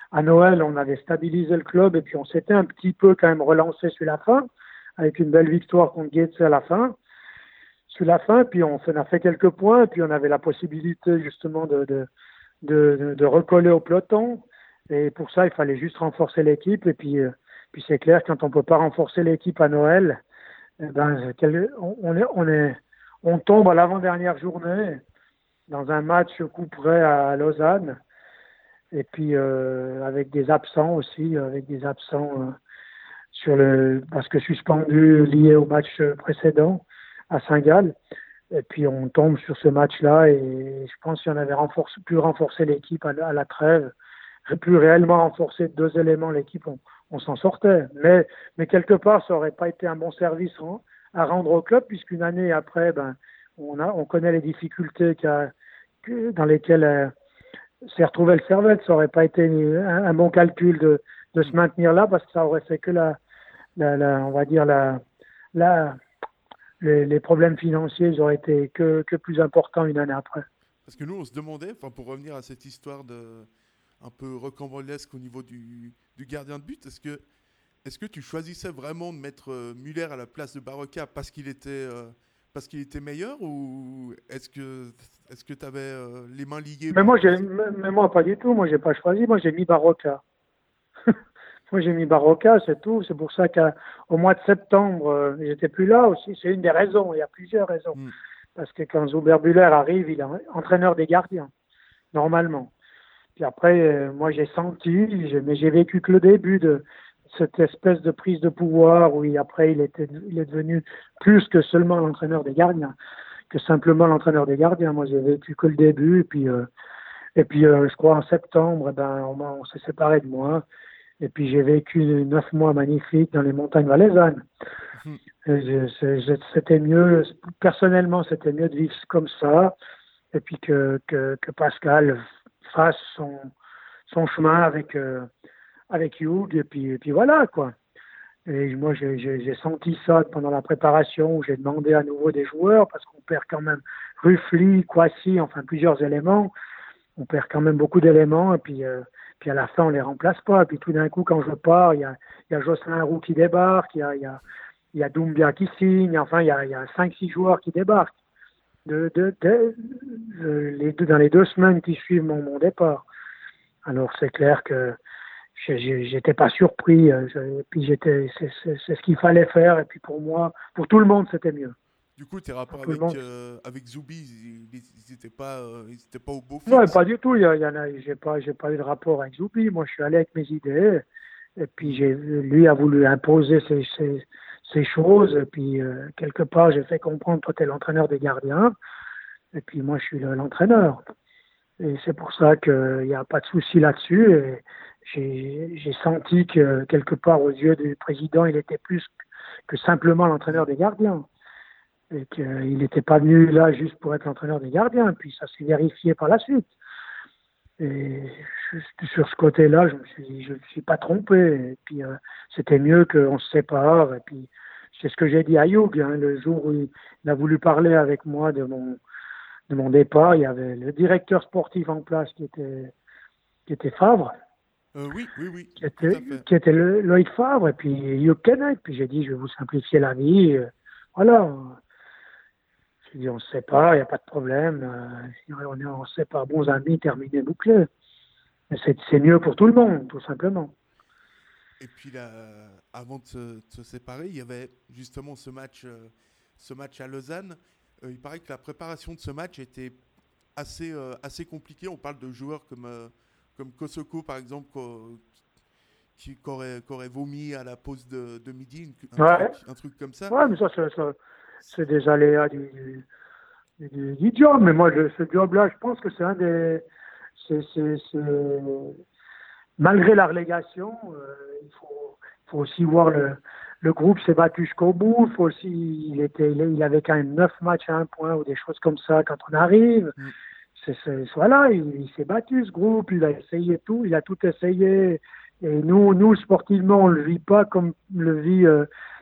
à Noël, on avait stabilisé le club et puis on s'était un petit peu quand même relancé sur la fin, avec une belle victoire contre Getse à la fin. Sur la fin, puis on a fait quelques points, puis on avait la possibilité justement de, de, de, de recoller au peloton. Et pour ça, il fallait juste renforcer l'équipe. Et puis, euh, puis c'est clair, quand on peut pas renforcer l'équipe à Noël, eh ben, on, est, on, est, on tombe à l'avant-dernière journée dans un match coup près à Lausanne. Et puis euh, avec des absents aussi, avec des absents euh, sur le parce que suspendus liés au match précédent à Saint-Gall. Et puis on tombe sur ce match-là et je pense qu'il y en avait renforcé, pu renforcer l'équipe à, à la trêve, pu réellement renforcer deux éléments l'équipe, on, on s'en sortait. Mais, mais quelque part, ça aurait pas été un bon service hein, à rendre au club puisqu'une année après, ben, on, a, on connaît les difficultés qu'a, que, dans lesquelles euh, s'est retrouvé le Servette. Ça aurait pas été un, un bon calcul de, de se maintenir là parce que ça aurait fait que la, la, la on va dire la, la Les, les problèmes financiers ils auraient été que, que plus importants une année après. Parce que nous, on se demandait, enfin pour revenir à cette histoire de, un peu rocambolesque au niveau du, du gardien de but, est-ce que, est-ce que tu choisissais vraiment de mettre euh, Muller à la place de Barroca parce qu'il était, euh, parce qu'il était meilleur ou est-ce que est-ce que tu avais euh, les mains liées? Mais moi, j'ai, mais moi, pas du tout. Moi, j'ai pas choisi. Moi, j'ai mis Barroca. Moi, j'ai mis Barroca, c'est tout. C'est pour ça qu'au mois de septembre, euh, j'étais plus là aussi. C'est une des raisons. Il y a plusieurs raisons. Mm. Parce que quand Zuber Buller arrive, il est entraîneur des gardiens, normalement. Puis après, euh, moi, j'ai senti, j'ai, mais j'ai vécu que le début de cette espèce de prise de pouvoir où il, après, il, était, il est devenu plus que seulement l'entraîneur des gardiens, que simplement l'entraîneur des gardiens. Moi, j'ai vécu que le début. Et puis, euh, et puis euh, je crois en septembre, eh ben, on, on s'est séparés de moi. Et puis j'ai vécu neuf mois magnifiques dans les montagnes valaisannes. Mmh. Je, je, c'était mieux, personnellement, c'était mieux de vivre comme ça. Et puis que, que, que Pascal fasse son, son chemin avec, euh, avec Hugh. Et puis, et puis voilà, quoi. Et moi, j'ai, j'ai, j'ai senti ça pendant la préparation où j'ai demandé à nouveau des joueurs parce qu'on perd quand même Ruffly, Kwasi, enfin plusieurs éléments. On perd quand même beaucoup d'éléments. Et puis. Euh, Puis à la fin, on les remplace pas. Puis tout d'un coup, quand je pars, il y a, il y a Jocelyn Roux qui débarque, il y a, il y a, il y a Doumbia qui signe. Enfin, il y a, il y a cinq six joueurs qui débarquent de, de, de, de, les deux, dans les deux semaines qui suivent mon, mon départ. Alors, c'est clair que j'étais pas surpris. Je, puis j'étais, c'est, c'est, c'est ce qu'il fallait faire. Et puis pour moi, pour tout le monde, c'était mieux. Du coup, tes rapports avec, euh, avec Zoubi, ils n'étaient pas, euh, pas au beau fixe? Non, pas du tout. Il y, il y en a, j'ai pas, j'ai pas eu de rapport avec Zoubi. Moi, je suis allé avec mes idées. Et puis, j'ai, lui a voulu imposer ses, ses, ses choses. Et puis, euh, quelque part, j'ai fait comprendre, toi, tu es l'entraîneur des gardiens. Et puis, moi, je suis le, l'entraîneur. Et c'est pour ça qu'il n'y a pas de souci là-dessus. Et j'ai, j'ai senti que, quelque part, aux yeux du président, il était plus que simplement l'entraîneur des gardiens. Et qu'il n'était pas venu là juste pour être l'entraîneur des gardiens. Puis ça s'est vérifié par la suite. Et sur ce côté-là, je me suis, je me suis pas trompé. Et puis euh, c'était mieux qu'on se sépare. Et puis c'est ce que j'ai dit à Hugh, hein, le jour où il, il a voulu parler avec moi de mon de mon départ. Il y avait le directeur sportif en place qui était qui était Favre. Euh, oui, oui, oui. Qui était, qui était le, Loïc Favre et puis Hugh Kenneth. Puis j'ai dit, je vais vous simplifier la vie. Voilà. Je dis, on se sépare, il n'y a pas de problème. Euh, on est, on se sépare, bons amis, terminé, bouclé. Mais c'est, c'est mieux pour tout le monde, tout simplement. Et puis là, avant de se, de se séparer, il y avait justement ce match, euh, ce match à Lausanne. Euh, il paraît que la préparation de ce match était assez, euh, assez compliquée. On parle de joueurs comme, euh, comme Kosoko, par exemple, qui, qui, aurait, qui aurait vomi à la pause de, de midi, un, ouais. truc, un truc comme ça. Ouais, mais ça, c'est... ça... C'est des aléas du, du, du, du job, mais moi, je, ce job-là, je pense que c'est un des... C'est, c'est, c'est... Malgré la relégation, euh, il faut, faut aussi voir le, le groupe s'est battu jusqu'au bout. Il faut aussi, il, était, il avait quand même neuf matchs à un point ou des choses comme ça quand on arrive. Mm. C'est, c'est, voilà, il, il s'est battu, ce groupe, il a essayé tout, il a tout essayé. Et nous, nous sportivement, on ne le vit pas comme le vit... Euh,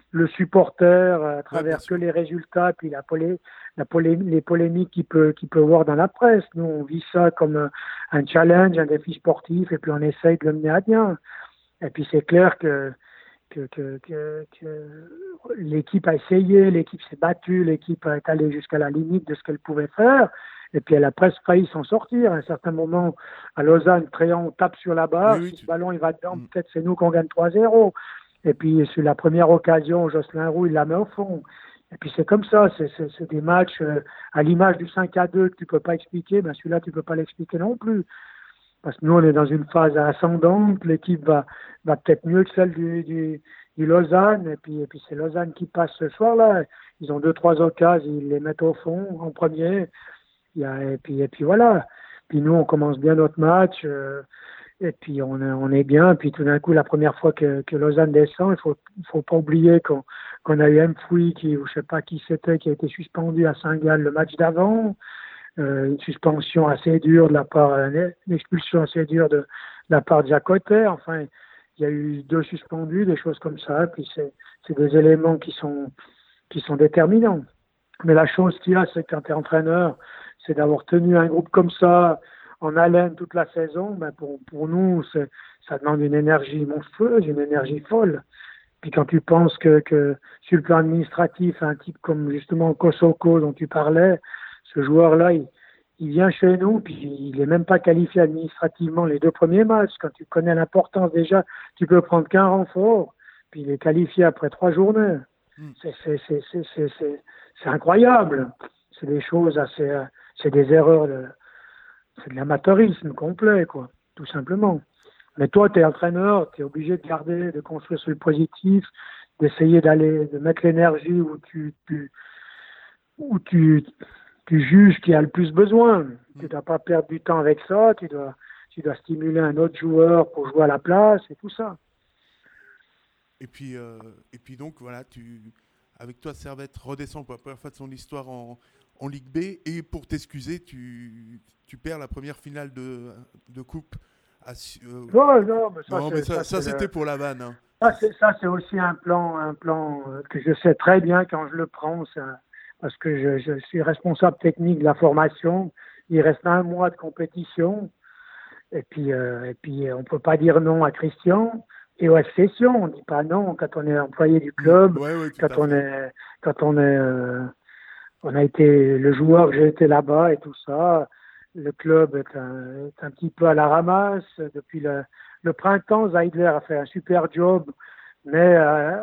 le supporter à travers ouais, que les résultats, puis la polé, la polé, les polémiques qu'il peut, qu'il peut voir dans la presse. Nous, on vit ça comme un challenge, un défi sportif, et puis on essaye de le mener à bien. Et puis c'est clair que, que, que, que, que l'équipe a essayé, l'équipe s'est battue, l'équipe est allée jusqu'à la limite de ce qu'elle pouvait faire. Et puis elle a presque failli s'en sortir. À un certain moment, à Lausanne, Tréant tape sur la barre. oui, oui, si tu... ce ballon il va dedans, mm. peut-être c'est nous qu'on gagne trois zéro. Et puis sur la première occasion, Jocelyn Roux, il la met au fond. Et puis c'est comme ça, c'est, c'est, c'est des matchs euh, à l'image du cinq à deux que tu peux pas expliquer. Ben celui-là, tu peux pas l'expliquer non plus. Parce que nous, on est dans une phase ascendante. L'équipe va, va peut-être mieux que celle du, du, du Lausanne. Et puis, et puis c'est Lausanne qui passe ce soir-là. Ils ont deux, trois occasions, ils les mettent au fond en premier. Il y a, et, puis, et puis voilà. Puis nous, on commence bien notre match. Euh, et puis on, on est bien. Puis tout d'un coup, la première fois que, que Lausanne descend, il faut, faut pas oublier qu'on, qu'on a eu Mfoui, qui, ou je sais pas qui c'était, qui a été suspendu à Saint-Gall le match d'avant. Euh, une suspension assez dure de la part, une expulsion assez dure de, de la part de Jacotet. Enfin, il y a eu deux suspendus, des choses comme ça. Puis c'est, c'est des éléments qui sont, qui sont déterminants. Mais la chose qu'il y a, c'est que quand tu es entraîneur, c'est d'avoir tenu un groupe comme ça en haleine toute la saison. Ben pour, pour nous, c'est, ça demande une énergie monstrueuse, une énergie folle. Puis quand tu penses que, que sur le plan administratif, un type comme justement Kosoko dont tu parlais, ce joueur-là, il, il vient chez nous, puis il n'est même pas qualifié administrativement les deux premiers matchs. Quand tu connais l'importance déjà, tu peux prendre qu'un renfort, puis il est qualifié après trois journées. Mm. C'est, c'est, c'est, c'est, c'est, c'est, c'est incroyable. C'est des choses assez... C'est des erreurs, de, c'est de l'amateurisme complet, quoi, tout simplement. Mais toi, tu es entraîneur, tu es obligé de garder, de construire sur le positif, d'essayer d'aller, de mettre l'énergie où tu... tu où tu tu juges qui a le plus besoin. Mm. Tu ne dois pas perdre du temps avec ça, tu dois, tu dois stimuler un autre joueur pour jouer à la place et tout ça. Et puis, euh, et puis donc, voilà, tu, avec toi, Servette redescend pour la première fois de son histoire en, en Ligue B. Et pour t'excuser, tu, tu perds la première finale de, de coupe. À, euh... non, non, mais ça, non, mais ça, ça, ça c'était le... pour la vanne. Hein. Ça, c'est, ça, c'est aussi un plan, un plan que je sais très bien quand je le prends. C'est un... parce que je, je suis responsable technique de la formation. Il reste un mois de compétition. Et puis, euh, et puis on ne peut pas dire non à Christian. Et au F C Sion, on ne dit pas non quand on est employé du club, ouais, ouais, quand, on est, quand on est... Euh, on a été le joueur, j'ai été là-bas et tout ça. Le club est un, est un petit peu à la ramasse. Depuis le, le printemps, Zeidler a fait un super job. Mais... Euh,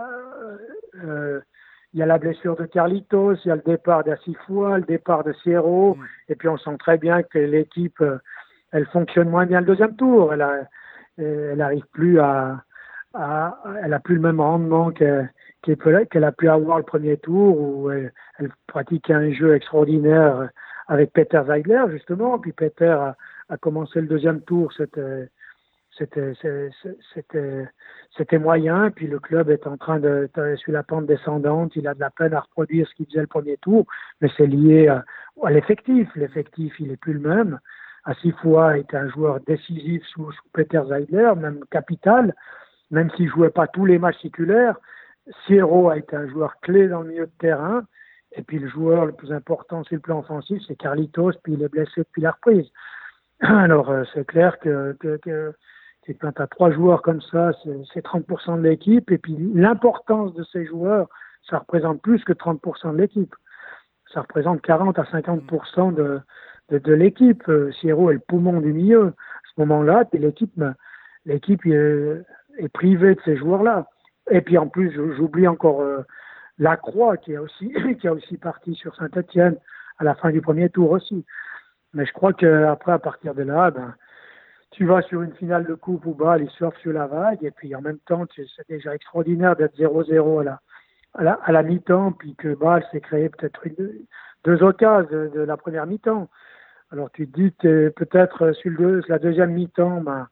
euh, il y a la blessure de Carlitos, il y a le départ d'Assifoua, le départ de Sierro, mmh. et puis on sent très bien que l'équipe, elle fonctionne moins bien le deuxième tour. Elle a, elle arrive plus à, à, elle a plus le même rendement qu'elle, qu'elle a pu avoir le premier tour, où elle, elle pratiquait un jeu extraordinaire avec Peter Zeidler, justement. Puis Peter a, a commencé le deuxième tour, c'était, c'était, c'était, c'était moyen, puis le club est en train de, de sur la pente descendante, il a de la peine à reproduire ce qu'il faisait le premier tour, mais c'est lié à, à l'effectif. L'effectif, il est plus le même. Assifoua est un joueur décisif sous, sous Peter Zeidler, même capital, même s'il jouait pas tous les matchs titulaires. Sierro a été un joueur clé dans le milieu de terrain, et puis le joueur le plus important sur le plan offensif, c'est Carlitos, puis il est blessé depuis la reprise. Alors euh, c'est clair que, que, que Et quand tu as trois joueurs comme ça, c'est, c'est trente pour cent de l'équipe. Et puis l'importance de ces joueurs, ça représente plus que trente pour cent de l'équipe. Ça représente quarante à cinquante pour cent de, de, de l'équipe. Sierro est le poumon du milieu. À ce moment-là, l'équipe, l'équipe est, est privée de ces joueurs-là. Et puis en plus, j'oublie encore euh, Lacroix qui a aussi qui a aussi parti sur Saint-Etienne à la fin du premier tour aussi. Mais je crois qu'après, à partir de là, ben, tu vas sur une finale de coupe où Bâle, ils surfent sur la vague, et puis en même temps, tu, c'est déjà extraordinaire d'être zéro zéro à la, à la, à la mi-temps, puis que Bâle s'est créé peut-être une, deux occasions de, de la première mi-temps. Alors tu te dis, t'es peut-être sur le, la deuxième mi-temps, ben,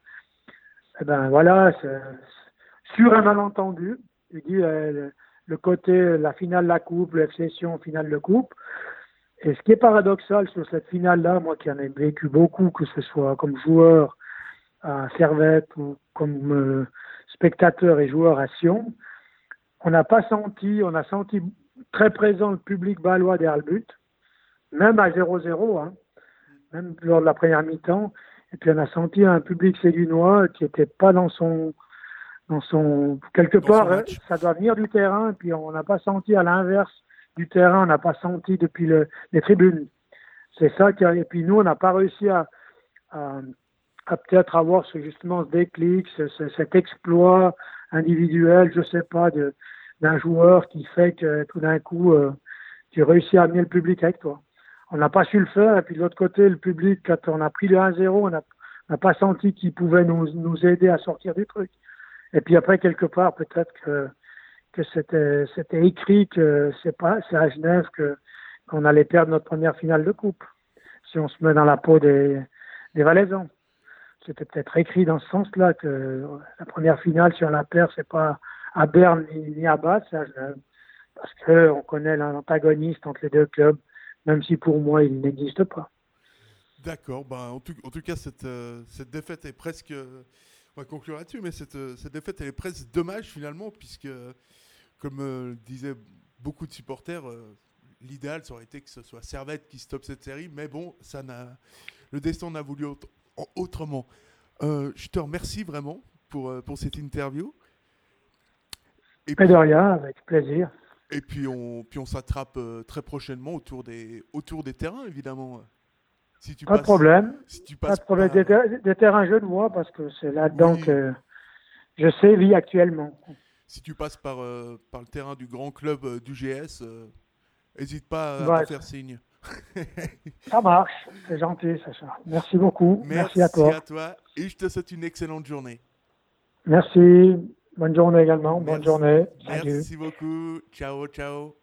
eh ben voilà, c'est, c'est, sur un malentendu, tu dis euh, le, le côté, la finale de la coupe, le F C Sion, finale de coupe. Et ce qui est paradoxal sur cette finale-là, moi qui en ai vécu beaucoup, que ce soit comme joueur à Servette ou comme euh, spectateur et joueur à Sion, on n'a pas senti, on a senti très présent le public balois derrière le but, même à zéro zéro, hein, même lors de la première mi-temps. Et puis on a senti un public sédunois qui n'était pas dans son, dans son quelque Dans part, son match. ça doit venir du terrain. Et puis on n'a pas senti à l'inverse du terrain, on n'a pas senti depuis le, les tribunes. C'est ça qui a, et puis nous on n'a pas réussi à, à, à peut-être avoir ce, justement ce déclic, ce, ce, cet exploit individuel, je sais pas, de, d'un joueur qui fait que tout d'un coup euh, tu réussis à amener le public avec toi. On n'a pas su le faire, et puis de l'autre côté, le public, quand on a pris le un zéro, on n'a on n'a pas senti qu'il pouvait nous, nous aider à sortir du truc. Et puis après, quelque part, peut-être que, que c'était, c'était écrit que c'est pas, c'est à Genève que, qu'on allait perdre notre première finale de coupe, si on se met dans la peau des, des Valaisans. C'était peut-être écrit dans ce sens-là, que la première finale, si on la perd, c'est pas à Berne ni, ni à Bath, c'est à Genève. Parce qu'on connaît l'antagoniste entre les deux clubs, même si pour moi, il n'existe pas. D'accord. Ben, en, tout, en tout cas, cette, euh, cette défaite est presque... euh, on va conclure là-dessus, mais cette, euh, cette défaite, elle est presque dommage finalement, puisque, comme euh, disaient beaucoup de supporters, euh, l'idéal, ça aurait été que ce soit Servette qui stoppe cette série, mais bon, ça n'a... le destin n'a voulu autre... autrement. Euh, je te remercie vraiment pour, euh, pour cette interview. Et puis, de rien, avec plaisir. Et puis on, puis on s'attrape euh, très prochainement autour des, autour des terrains, évidemment. Si tu pas passes, de problème. Si tu pas de par... problème. Des, ter- des terrains genevois, parce que c'est là-dedans oui. que je sévis actuellement. Si tu passes par, euh, par le terrain du grand club euh, d'U G S, n'hésite euh, pas à ouais. te faire signe. Ça marche, c'est gentil, Sacha. Merci beaucoup. Merci, Merci à toi. à toi. Et je te souhaite une excellente journée. Merci. Bonne journée également. Merci. Bonne journée. Merci Salut. beaucoup. Ciao, ciao.